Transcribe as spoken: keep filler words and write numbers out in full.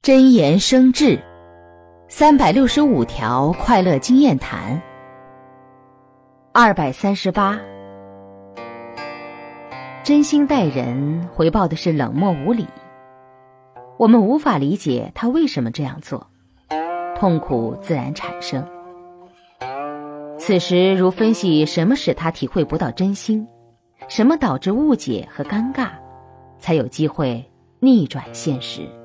真言生智，三百六十五条快乐经验谈。二百三十八，真心待人，回报的是冷漠无礼。我们无法理解他为什么这样做，痛苦自然产生。此时如分析什么使他体会不到真心，什么导致误解和尴尬，才有机会逆转现实。